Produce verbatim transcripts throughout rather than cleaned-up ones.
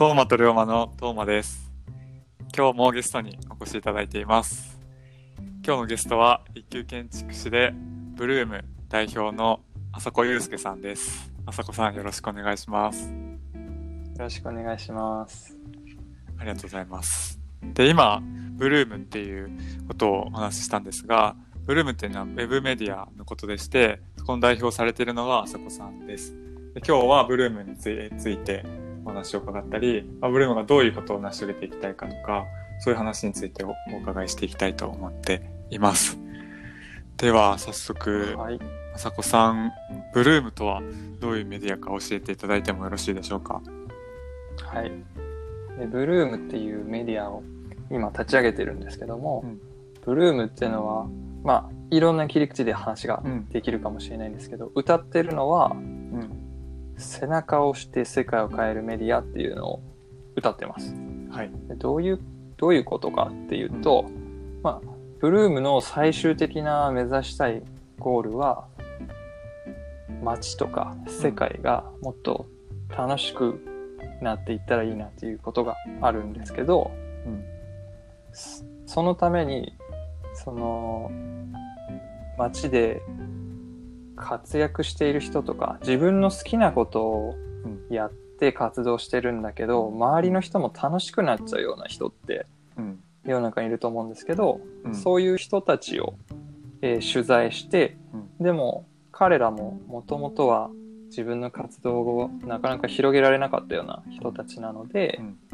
トーマと龍馬のトーマです。今日もゲストにお越しいただいています。今日のゲストは一級建築士でブルーム代表の浅子祐介さんです。浅子さん、よろしくお願いします。よろしくお願いします。 ありがとうございます。で、今ブルームっていうことをお話ししたんですが、ブルームっていうのはウェブメディアのことでして、そこの代表されているのが浅子さんです。で、今日はブルームについてお話を伺ったり、ブルームがどういうことを成し遂げていきたいかとか、そういう話についてお伺いしていきたいと思っています。では早速、はい、浅子さん、ブルームとはどういうメディアか教えていただいてもよろしいでしょうか。 はい。でブルームっていうメディアを今立ち上げてるんですけども、うん、ブルームっていうのは、まあいろんな切り口で話ができるかもしれないんですけど、うん、歌ってるのは、うん背中を押して世界を変えるメディアっていうのを歌ってます。はい。どういうどういうことかっていうと、うん、まあブルームの最終的な目指したいゴールは、街とか世界がもっと楽しくなっていったらいいなっていうことがあるんですけど、うん、そのためにその街で活躍している人とか自分の好きなことをやって活動してるんだけど、周りの人も楽しくなっちゃうような人って世の中にいると思うんですけど、うん、そういう人たちを、えー、取材して、うん、でも彼らももともとは自分の活動をなかなか広げられなかったような人たちなので、うん、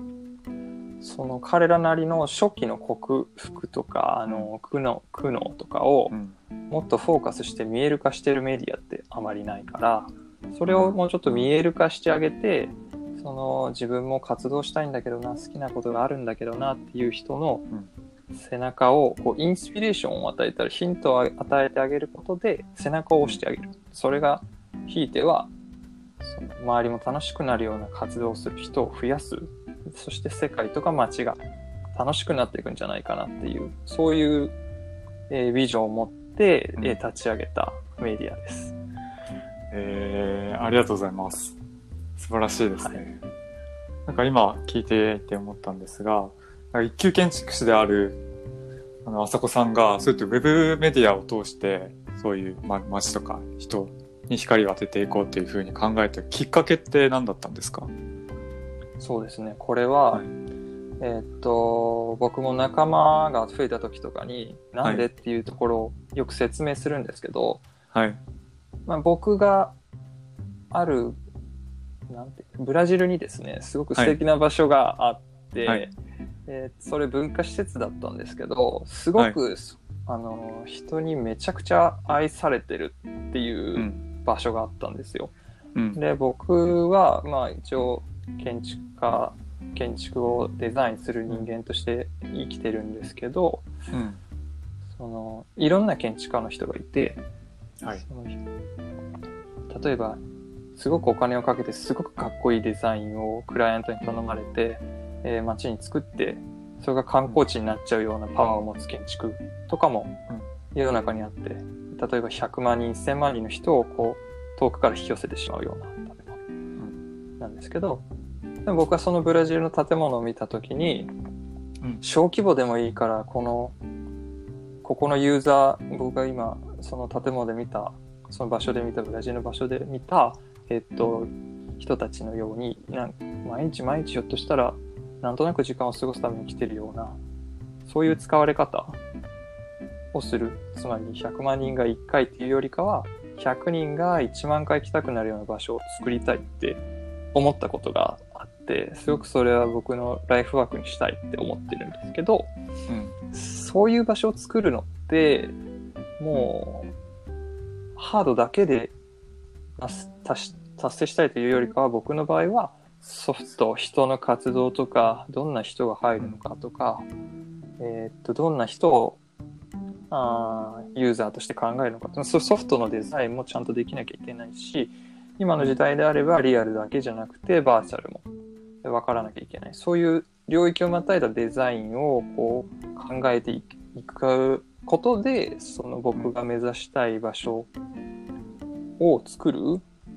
その彼らなりの初期の克服とかあの苦悩、苦悩とかを、うんもっとフォーカスして見える化してるメディアってあまりないから、それをもうちょっと見える化してあげて、その自分も活動したいんだけどな、好きなことがあるんだけどなっていう人の背中をこうインスピレーションを与えたりヒントを与えてあげることで背中を押してあげる。それがひいてはその周りも楽しくなるような活動をする人を増やす。そして世界とか街が楽しくなっていくんじゃないかなっていう、そういう、えー、ビジョンを持ってで、うん、立ち上げたメディアです。 えー、ありがとうございます。素晴らしいですね。はい、なんか今聞いていて思ったんですが、一級建築士であるあの浅子さんがそういったウェブメディアを通してそういう、ま、街とか人に光を当てていこうというふうに考えたきっかけって何だったんですか？ そうですね。これは、はいえー、っと僕も仲間が増えた時とかになんでっていうところをよく説明するんですけど、はいまあ、僕があるなんてブラジルにですねすごく素敵な場所があって、はいえー、それ文化施設だったんですけどすごく、はい、あの人にめちゃくちゃ愛されてるっていう場所があったんですよ、うん、で僕はまあ一応建築家建築をデザインする人間として生きてるんですけど、うん、そのいろんな建築家の人がいて、はい、その例えばすごくお金をかけてすごくかっこいいデザインをクライアントに頼まれて、えー、街に作ってそれが観光地になっちゃうようなパワーを持つ建築とかも世の中にあって、例えばひゃくまんにんせんまんにんの人をこう遠くから引き寄せてしまうような建物なんですけど、でも僕はそのブラジルの建物を見たときに、うん、小規模でもいいからこのここのユーザー僕が今その建物で見たその場所で見たブラジルの場所で見たえっと人たちのようになん毎日毎日ひょっとしたらなんとなく時間を過ごすために来てるようなそういう使われ方をする、つまりひゃくまんにんがいっかいっていうよりかはひゃくにんがいちまんかい来たくなるような場所を作りたいって思ったことがあってすごくそれは僕のライフワークにしたいって思ってるんですけど、うん、そういう場所を作るのってもうハードだけで達成したいというよりかは僕の場合はソフト人の活動とかどんな人が入るのかとか、えー、っとどんな人をあーユーザーとして考えるのかソフトのデザインもちゃんとできなきゃいけないし今の時代であればリアルだけじゃなくてバーチャルも分からなきゃいけない、そういう領域をまたいだデザインをこう考えていくことでその僕が目指したい場所を作る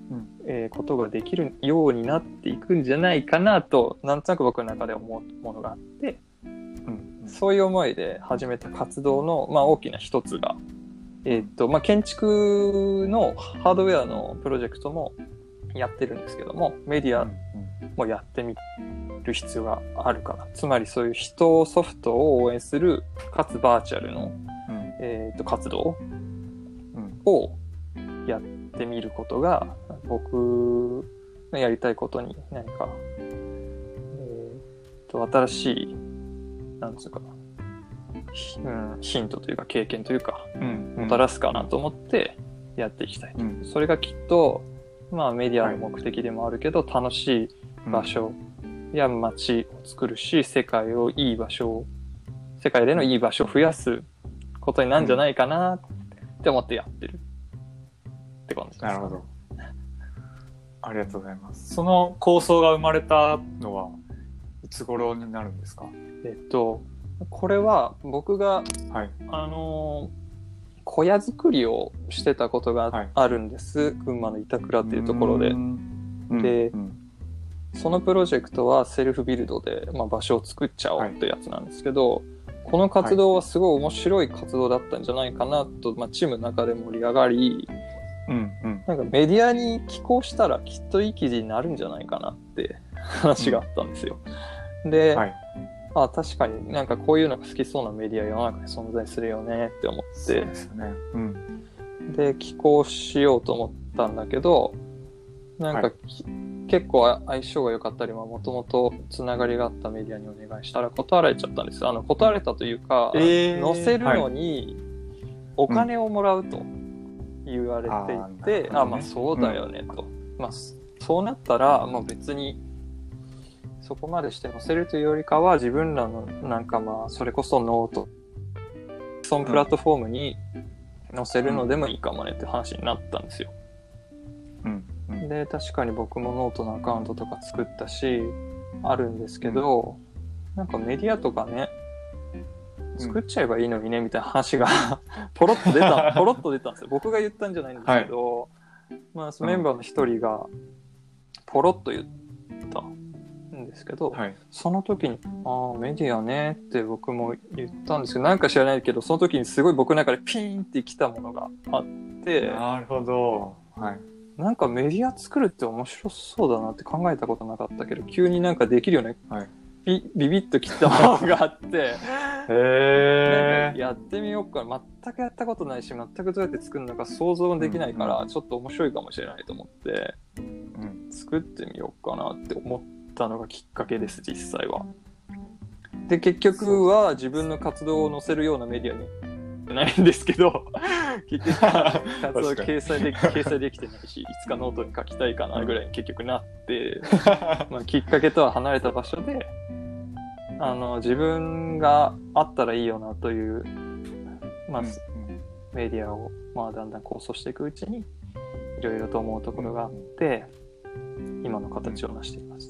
えー、ことができるようになっていくんじゃないかなとなんとなく僕の中で思うものがあって、うんうん、そういう思いで始めた活動の、まあ、大きな一つが、えーっとまあ、建築のハードウェアのプロジェクトもやってるんですけども、メディアもやってみる必要があるから、つまりそういう人ソフトを応援するかつバーチャルの、うん、えー、と活動をやってみることが僕のやりたいことに何か、えー、と新しいなんつうか、うん、ヒントというか経験というか、うんうん、もたらすかなと思ってやっていきたいと、うん、それがきっとまあメディアの目的でもあるけど、はい、楽しい場所や街を作るし、世界をいい場所を世界でのいい場所を増やすことになるんじゃないかなって思ってやってるって感じです。 なるほど。ありがとうございます。その構想が生まれたのはいつ頃になるんですか？ えっとこれは僕が、はい、あの小屋作りをしてたことがあるんです、はい、群馬の板倉っていうところで。で、うん、そのプロジェクトはセルフビルドで、まあ、場所を作っちゃおうってやつなんですけど、はい、この活動はすごい面白い活動だったんじゃないかなと、まあ、チームの中で盛り上がり、うんうん、なんかメディアに寄稿したらきっといい記事になるんじゃないかなって話があったんですよ。うん、で、はい、あ、確かになんかこういうのが好きそうなメディア世の中に存在するよねって思って、そうですよね、うん、で寄稿しようと思ったんだけど、なんか、はい、結構相性が良かったり、もともとつながりがあったメディアにお願いしたら断られちゃったんです。あの断られたというか、えー、載せるのにお金をもらうと言われていて、うん、あ、あ、まあそうだよねと、うん、まあそうなったらもう別にそこまでして載せるというよりかは、自分らのなんかまあそれこそノートそのプラットフォームに載せるのでもいいかもねって話になったんですよ。うんうん、で確かに僕もノートのアカウントとか作ったしあるんですけど、うん、なんかメディアとかね作っちゃえばいいのにねみたいな話がポロッと出たポロッと出たんですよ。僕が言ったんじゃないんですけど、はい、まあ、そのメンバーの一人がポロッと言ったんですけど、はい、その時にああメディアねって僕も言ったんですけど、なんか知らないけどその時にすごい僕の中でピーンってきたものがあって、 なるほど、はい、 なんかメディア作るって面白そうだなって考えたことなかったけど、急になんかできるよね、はい、ビ, ビビッときたものがあってへー、やってみようかな。全くやったことないし、全くどうやって作るのか想像できないから、うんうん、ちょっと面白いかもしれないと思って、うん、作ってみようかなって思ったのがきっかけです、実際は。で結局は自分の活動を載せるようなメディアにないんですけど結局活動掲載で掲載できてないし、いつかノートに書きたいかなぐらいに結局なってまあきっかけとは離れた場所で、あの自分があったらいいよなという、まあ、うんうん、メディアを、まあ、だんだん構想していくうちにいろいろと思うところがあって、今の形を成しています。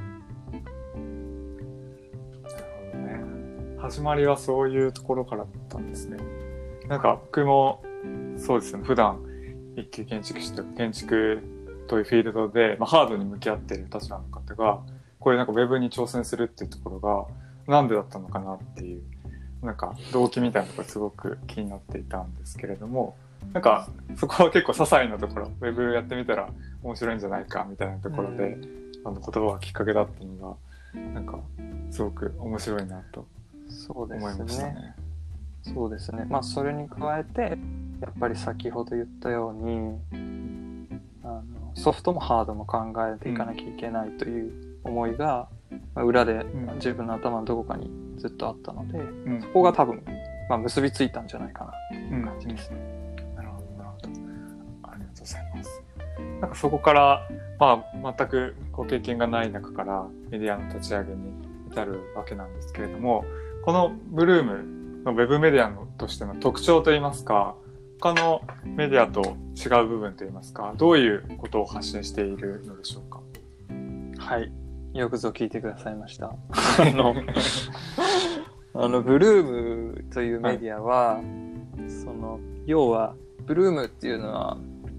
始まりはそういうところからだったんですね。なんか僕もそうですね、普段一級建築士と建築というフィールドで、まあ、ハードに向き合っている立場の方がこれなんかウェブに挑戦するっていうところがなんでだったのかなっていうなんか動機みたいなところがすごく気になっていたんですけれども、なんかそこは結構些細なところ、ウェブやってみたら面白いんじゃないかみたいなところで、うん、あの言葉がきっかけだったのがなんかすごく面白いなと思いましたね。 そうですね。まあそれに加えてやっぱり先ほど言ったように、あのソフトもハードも考えていかなきゃいけないという思いが、まあ、裏で自分の頭のどこかにずっとあったので、うん、そこが多分、まあ、結びついたんじゃないかなという感じですね。 うん、なるほどなるほど。ありがとうございます。なんかそこから、まあ、全くご経験がない中からメディアの立ち上げに至るわけなんですけれども、このブルームのウェブメディアのとしての特徴といいますか、他のメディアと違う部分といいますか、どういうことを発信しているのでしょうか。 はい、よくぞ聞いてくださいました。あのあのブルームというメディアは、はい、その要はブルームっていうのは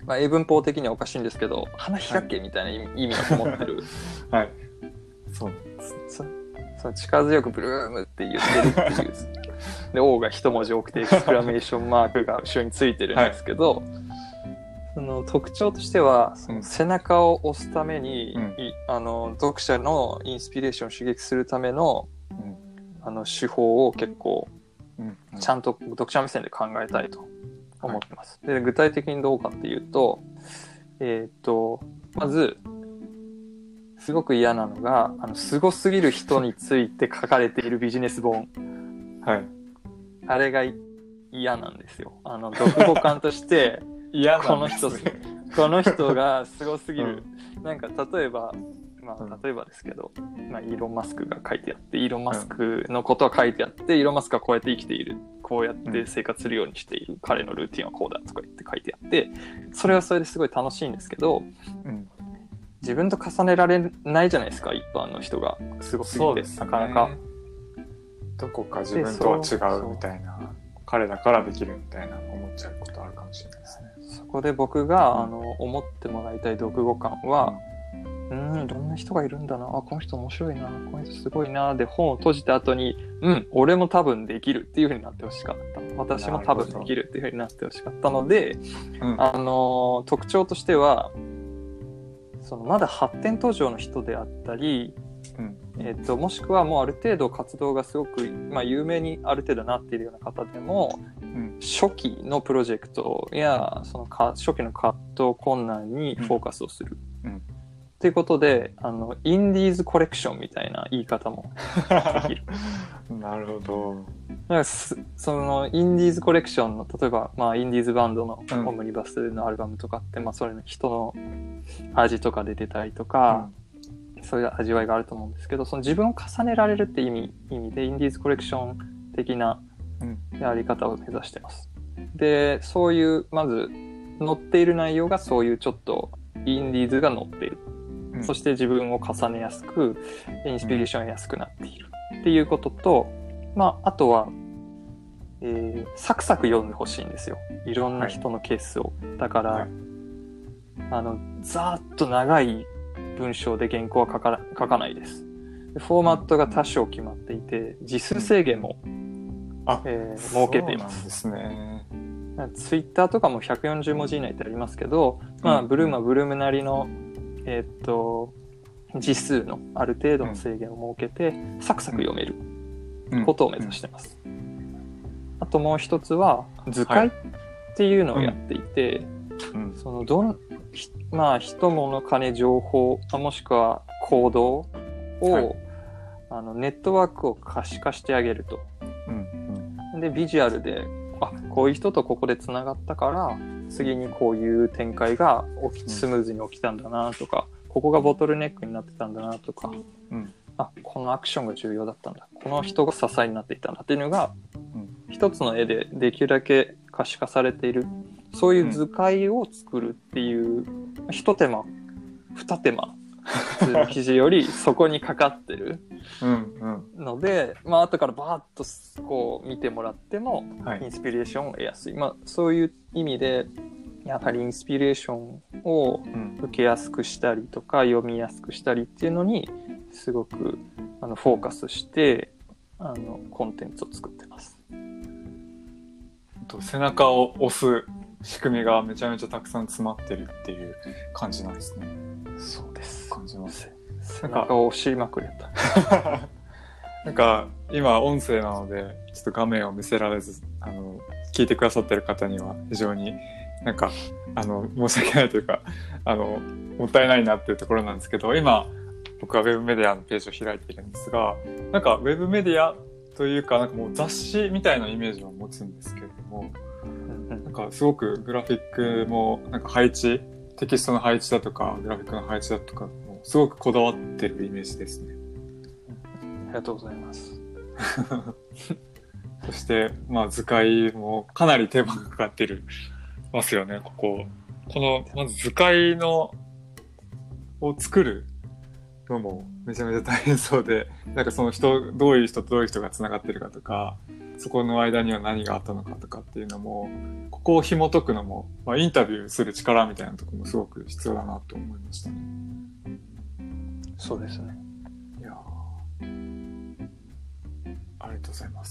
まあ、英文法的にはおかしいんですけど、花開けみたいな意味を持ってる。 はい。そうなんです。 そそ力強くブルームって言ってるっていう。で、O が一文字多くてエクスクラメーションマークが後ろについてるんですけど、はい、その特徴としては、その背中を押すために、うん、あの読者のインスピレーションを刺激するための、うん、あの手法を結構、うんうん、ちゃんと読者目線で考えたいと思ってます。はい、で具体的にどうかっていうと、えっとまずすごく嫌なのが、あのすごすぎる人について書かれているビジネス本。はい。あれが嫌なんですよ。あの読後感として嫌この人この人がすごすぎる、うん、なんか例えばまあ例えばですけど、まあ、イーロン・マスクが書いてあって、イーロン・マスクのことは書いてあって、イーロン・マスクはこうやって生きている、こうやって生活するようにしている、うん、彼のルーティンはこうだとか言って書いてあって、それはそれですごい楽しいんですけど、うん、自分と重ねられないじゃないですか、一般の人がすごすぎて、ね、なかなかどこか自分とは違うみたいな、彼だからできるみたいな思っちゃうことあるかもしれないですね。 そこで僕が、うん、あの思ってもらいたい読後感は、うん、うんいろんな人がいるんだな、あこの人面白いな、この人すごいなで本を閉じた後に、うん俺も多分できるっていう風になってほしかった、私も多分できるっていう風になってほしかったので、うん、あの特徴としてはそのまだ発展途上の人であったり、うんえー、ともしくはもうある程度活動がすごく、まあ、有名にある程度なっているような方でも、うん、初期のプロジェクトやそのか初期の葛藤困難にフォーカスをする、うんうん、ということであのインディーズコレクションみたいな言い方もできるなるほど。 だからそのインディーズコレクションの例えば、まあ、インディーズバンドのオムニバスのアルバムとかって、うんまあ、それの人の味とかで出たりとか、うん、そういう味わいがあると思うんですけど、その自分を重ねられるって意味、意味でインディーズコレクション的なやり方を目指してます。で、そういうまず載っている内容がそういうちょっとインディーズが載っている、うん、そして自分を重ねやすくインスピレーションを得やすくなっているっていうことと、まああとは、えー、サクサク読んでほしいんですよ、いろんな人のケースを、はい、だから、はい、あのざーっと長い文章で原稿は書か、書かないです。フォーマットが多少決まっていて、字数制限も、うんえー、設けています。 そうなんですね。 ツイッターとかもひゃくよんじゅうもじ以内ってありますけど、まあ、ブルームはブルームなりの、えーっと、字数のある程度の制限を設けて、サクサク読めることを目指しています。あともう一つは、図解っていうのをやっていて、はいそのどんまあ、人物金情報もしくは行動を、はい、あのネットワークを可視化してあげると、うんうん、でビジュアルであこういう人とここでつながったから次にこういう展開が起きスムーズに起きたんだなとか、ここがボトルネックになってたんだなとか、うん、あこのアクションが重要だったんだ、この人が支えになっていたんだっていうのが、うん、一つの絵でできるだけ可視化されている、そういう図解を作るっていう、うん、一手間二手間普通の記事よりそこにかかってるので、うんうん、まあ後からバーッとこう見てもらってもインスピレーションを得やすい、はい、まあそういう意味でやはりインスピレーションを受けやすくしたりとか、うん、読みやすくしたりっていうのにすごくあのフォーカスしてあのコンテンツを作ってます。 背中を押す仕組みがめちゃめちゃたくさん詰まってるっていう感じなんですね。 そうです。 感じます。 背中を押しまくれた。 なんか今音声なのでちょっと画面を見せられず、あの聞いてくださってる方には非常になんかあの申し訳ないというかあのもったいないなっていうところなんですけど、今僕はウェブメディアのページを開いているんですが、なんかウェブメディアというかなんかもう雑誌みたいなイメージを持つんですけれども、なんかすごくグラフィックもなんか配置、テキストの配置だとかグラフィックの配置だとかもすごくこだわってるイメージですね。 ありがとうございます。 そしてまあ図解もかなり手間がかかってるますよね。こここのまず図解のを作るのもめちゃめちゃ大変そうで、なんかその人、どういう人とどういう人がつながってるかとか、そこの間には何があったのかとかっていうのも、ここを紐解くのも、まあ、インタビューする力みたいなところもすごく必要だなと思いましたね。 そうですね。 いやありがとうございます。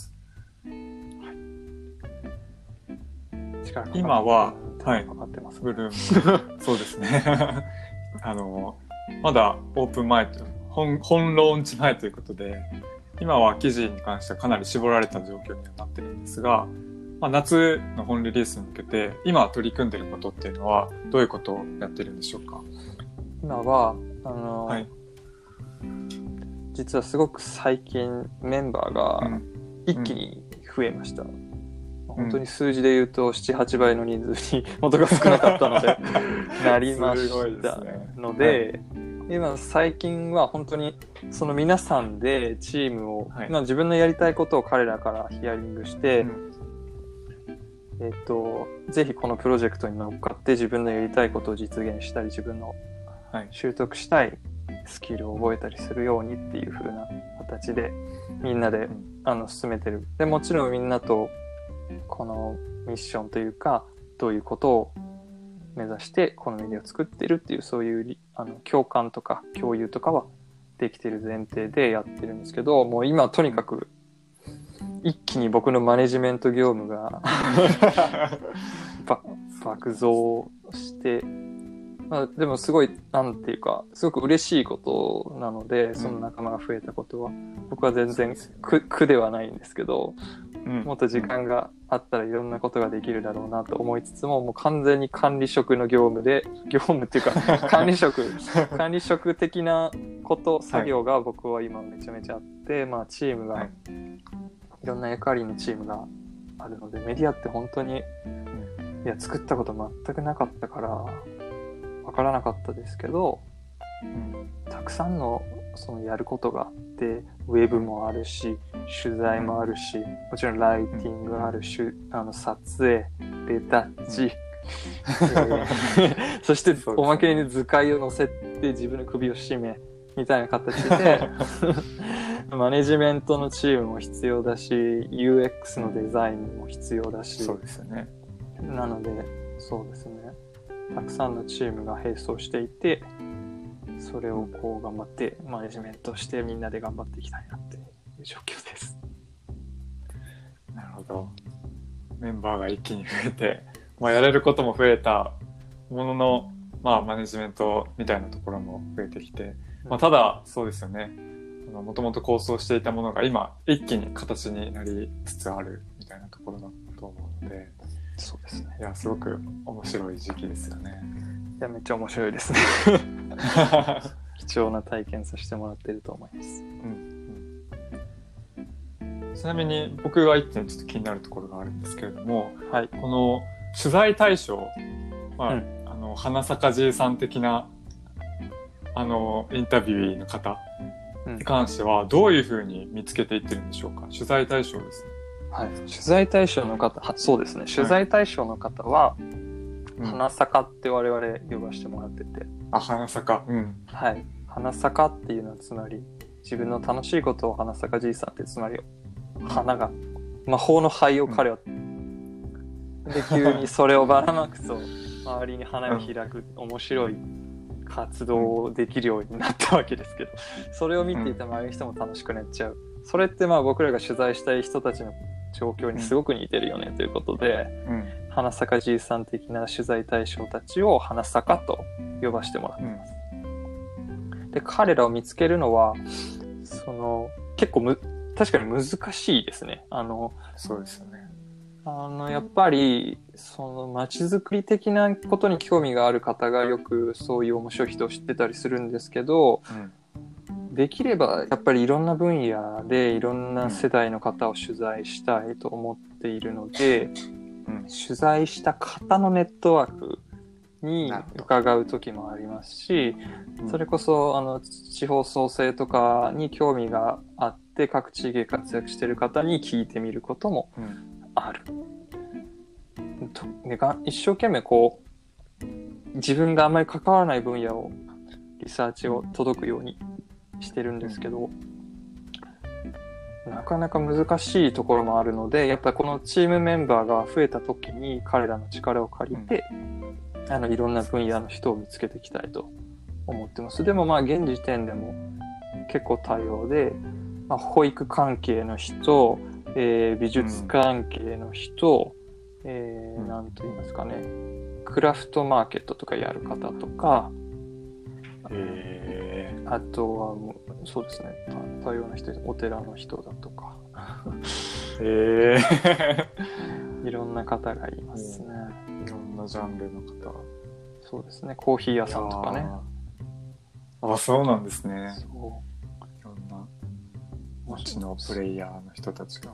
力今は、はい、 かかってます、 ブルームそうですねあのまだオープン前と本本ローンチ前ということで、今は記事に関してはかなり絞られた状況にはなってるんですが、まあ、夏の本リリースに向けて今取り組んでることっていうのはどういうことをやってるんでしょうか？ 今はあの、はい、実はすごく最近メンバーが一気に増えました、うんうん、本当に数字で言うと ななはち 倍の人数に元が少なかったのでなりましたので、はい、今最近は本当にその皆さんでチームを、はい、まあ、自分のやりたいことを彼らからヒアリングして、うん、えっと、ぜひこのプロジェクトに乗っかって自分のやりたいことを実現したり、自分の習得したいスキルを覚えたりするようにっていう風な形でみんなで、うん、あの進めてる。でもちろんみんなとこのミッションというか、どういうことを目指してこのメディアを作ってるっていう、そういうあの共感とか共有とかはできてる前提でやってるんですけど、もう今とにかく一気に僕のマネジメント業務が爆増して、まあ、でもすごいなんていうかすごく嬉しいことなので、その仲間が増えたことは、うん、僕は全然苦、苦ではないんですけど、うん、もっと時間があったらいろんなことができるだろうなと思いつつも、もう完全に管理職の業務で、業務っていうか管理職管理職的なこと作業が僕は今めちゃめちゃあって、まあチームが、はい、いろんな役割のチームがあるので、メディアって本当に、うん、いや作ったこと全くなかったからわからなかったですけど、うん、たくさんのそのやることがあって、ウェブもあるし、取材もあるし、もちろんライティングあるし、あの撮影、レタッチ、えー、そしておまけに図解を載せて自分の首を絞めみたいな形でマネジメントのチームも必要だし、ユーエックス のデザインも必要だし、 そうですよね。 なのでそうですね、たくさんのチームが並走していて、それをこう頑張ってマネジメントしてみんなで頑張っていきたいなっていう状況です。 なるほど。メンバーが一気に増えて、まあ、やれることも増えたものの、まあ、マネジメントみたいなところも増えてきて、まあ、ただそうですよね、もともと構想していたものが今一気に形になりつつあるみたいなところだと思うので、 そうですね。 いや、すごく面白い時期ですよね。 いや、めっちゃ面白いですね貴重な体験させてもらってると思います、うんうん、ちなみに僕が一点ちょっと気になるところがあるんですけれども、 はい、 この取材対象、まあうん、あの花坂じいさん的なあのインタビューの方に関してはどういうふうに見つけていってるんでしょうか？取材対象ですね。 はい、取材対象の方、そうですね、取材対象の方は、はい、花坂って我々呼ばせてもらってて、 あ、花坂、うん、 はい、花坂っていうのはつまり自分の楽しいことを花坂じいさんって、つまり花が魔法の灰を彼は、うん、で急にそれをばらまくと周りに花を開く面白い活動をできるようになったわけですけど、それを見ていた周りの人も楽しくなっちゃう。それってまあ僕らが取材したい人たちの状況にすごく似てるよねということで、うん、花坂じいさん的な取材対象たちを花坂と呼ばせてもらってます、うん、で彼らを見つけるのはその結構む確かに難しいですね。あのそうですよね。 あのやっぱりその街づくり的なことに興味がある方がよくそういう面白い人を知ってたりするんですけど、うん、できればやっぱりいろんな分野でいろんな世代の方を取材したいと思っているので、うん、取材した方のネットワークに伺う時もありますし、うん、それこそあの地方創生とかに興味があって各地域で活躍している方に聞いてみることもある、うん、とね、一生懸命こう自分があんまり関わらない分野をリサーチを届くようにしてるんですけど、なかなか難しいところもあるので、やっぱりこのチームメンバーが増えた時に彼らの力を借りて、うん、あのいろんな分野の人を見つけていきたいと思ってます。でもまあ現時点でも結構多様で、まあ、保育関係の人、えー、美術関係の人、うん、えー、なんと言いますかね、クラフトマーケットとかやる方とか、 えー、 あとはもうそうですね、多様な人、お寺の人だとか、 えー、いろんな方がいますね。 いろんなジャンルの方。 そうですね、コーヒー屋さんとかね。 あ、そうなんですね。 そう。 いろんな街のプレイヤーの人たちが。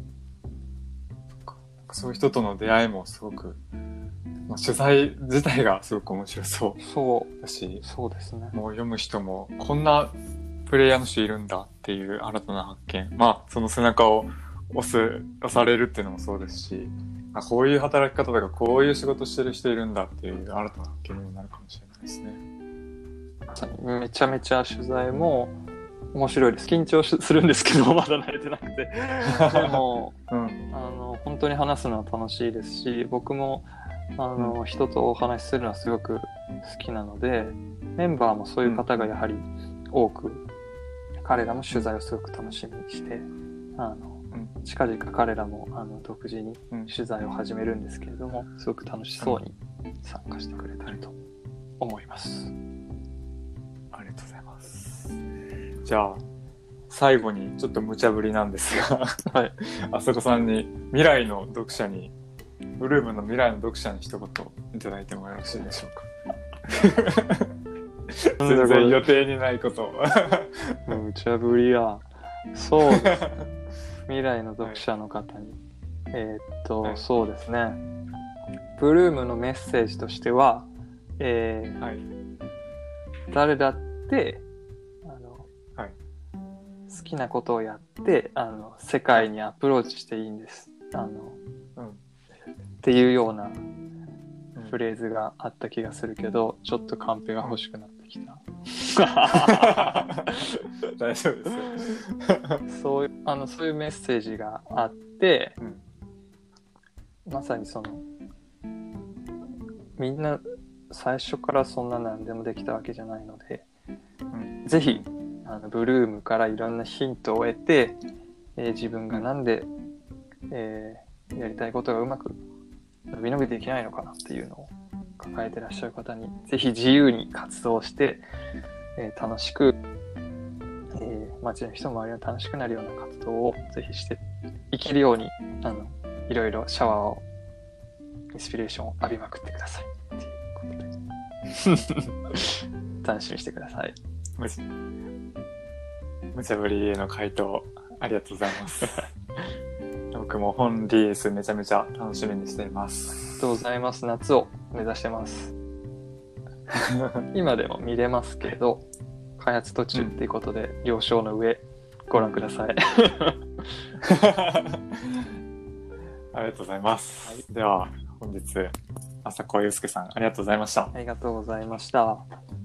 そういう人との出会いもすごく、まあ、取材自体がすごく面白そうそうだし、 そうですね。 もう読む人もこんなプレイヤーの人いるんだっていう新たな発見、まあその背中を押す押されるっていうのもそうですし、あ、こういう働き方とかこういう仕事してる人いるんだっていう新たな発見になるかもしれないですね。 めちゃめちゃ取材も面白いです。緊張するんですけど、まだ慣れてなくて。でも、うん、あの、本当に話すのは楽しいですし、僕も、あの、うん、人とお話しするのはすごく好きなので、メンバーもそういう方がやはり多く、うん、彼らも取材をすごく楽しみにして、あの、うん、近々彼らもあの独自に取材を始めるんですけれども、すごく楽しそうに参加してくれたらと思います。 ありがとうございます。じゃあ最後にちょっと無茶ぶりなんですが、はい、あそこさんに未来の読者に、ブルームの未来の読者に一言いただいてもよろしいでしょうか。全然予定にないことを。 無茶ぶりや。そうです。未来の読者の方に、はい、えー、っと、はい、そうですね。ブルームのメッセージとしては、えーはい、誰だって好きなことをやってあの世界にアプローチしていいんですあの、うん、っていうようなフレーズがあった気がするけど、ちょっとカンペが欲しくなってきた。 大丈夫ですそういうあのそういうメッセージがあって、うん、まさにそのみんな最初からそんな何でもできたわけじゃないので、うん、ぜひあのブルームからいろんなヒントを得て、えー、自分がなんで、えー、やりたいことがうまく伸び伸びできないのかなっていうのを抱えてらっしゃる方にぜひ自由に活動して、えー、楽しく、えー、街の人も周りが楽しくなるような活動をぜひしていけるようにあのいろいろシャワーをインスピレーションを浴びまくってくださいっていうことで楽しみにしてください。 無茶ぶりへの回答ありがとうございます僕も本リリースめちゃめちゃ楽しみにしています。 ありがとうございます。夏を目指してます今でも見れますけど開発途中っていうことで、うん、了承の上ご覧くださいありがとうございます、はい、では本日朝子祐介さんありがとうございました。 ありがとうございました。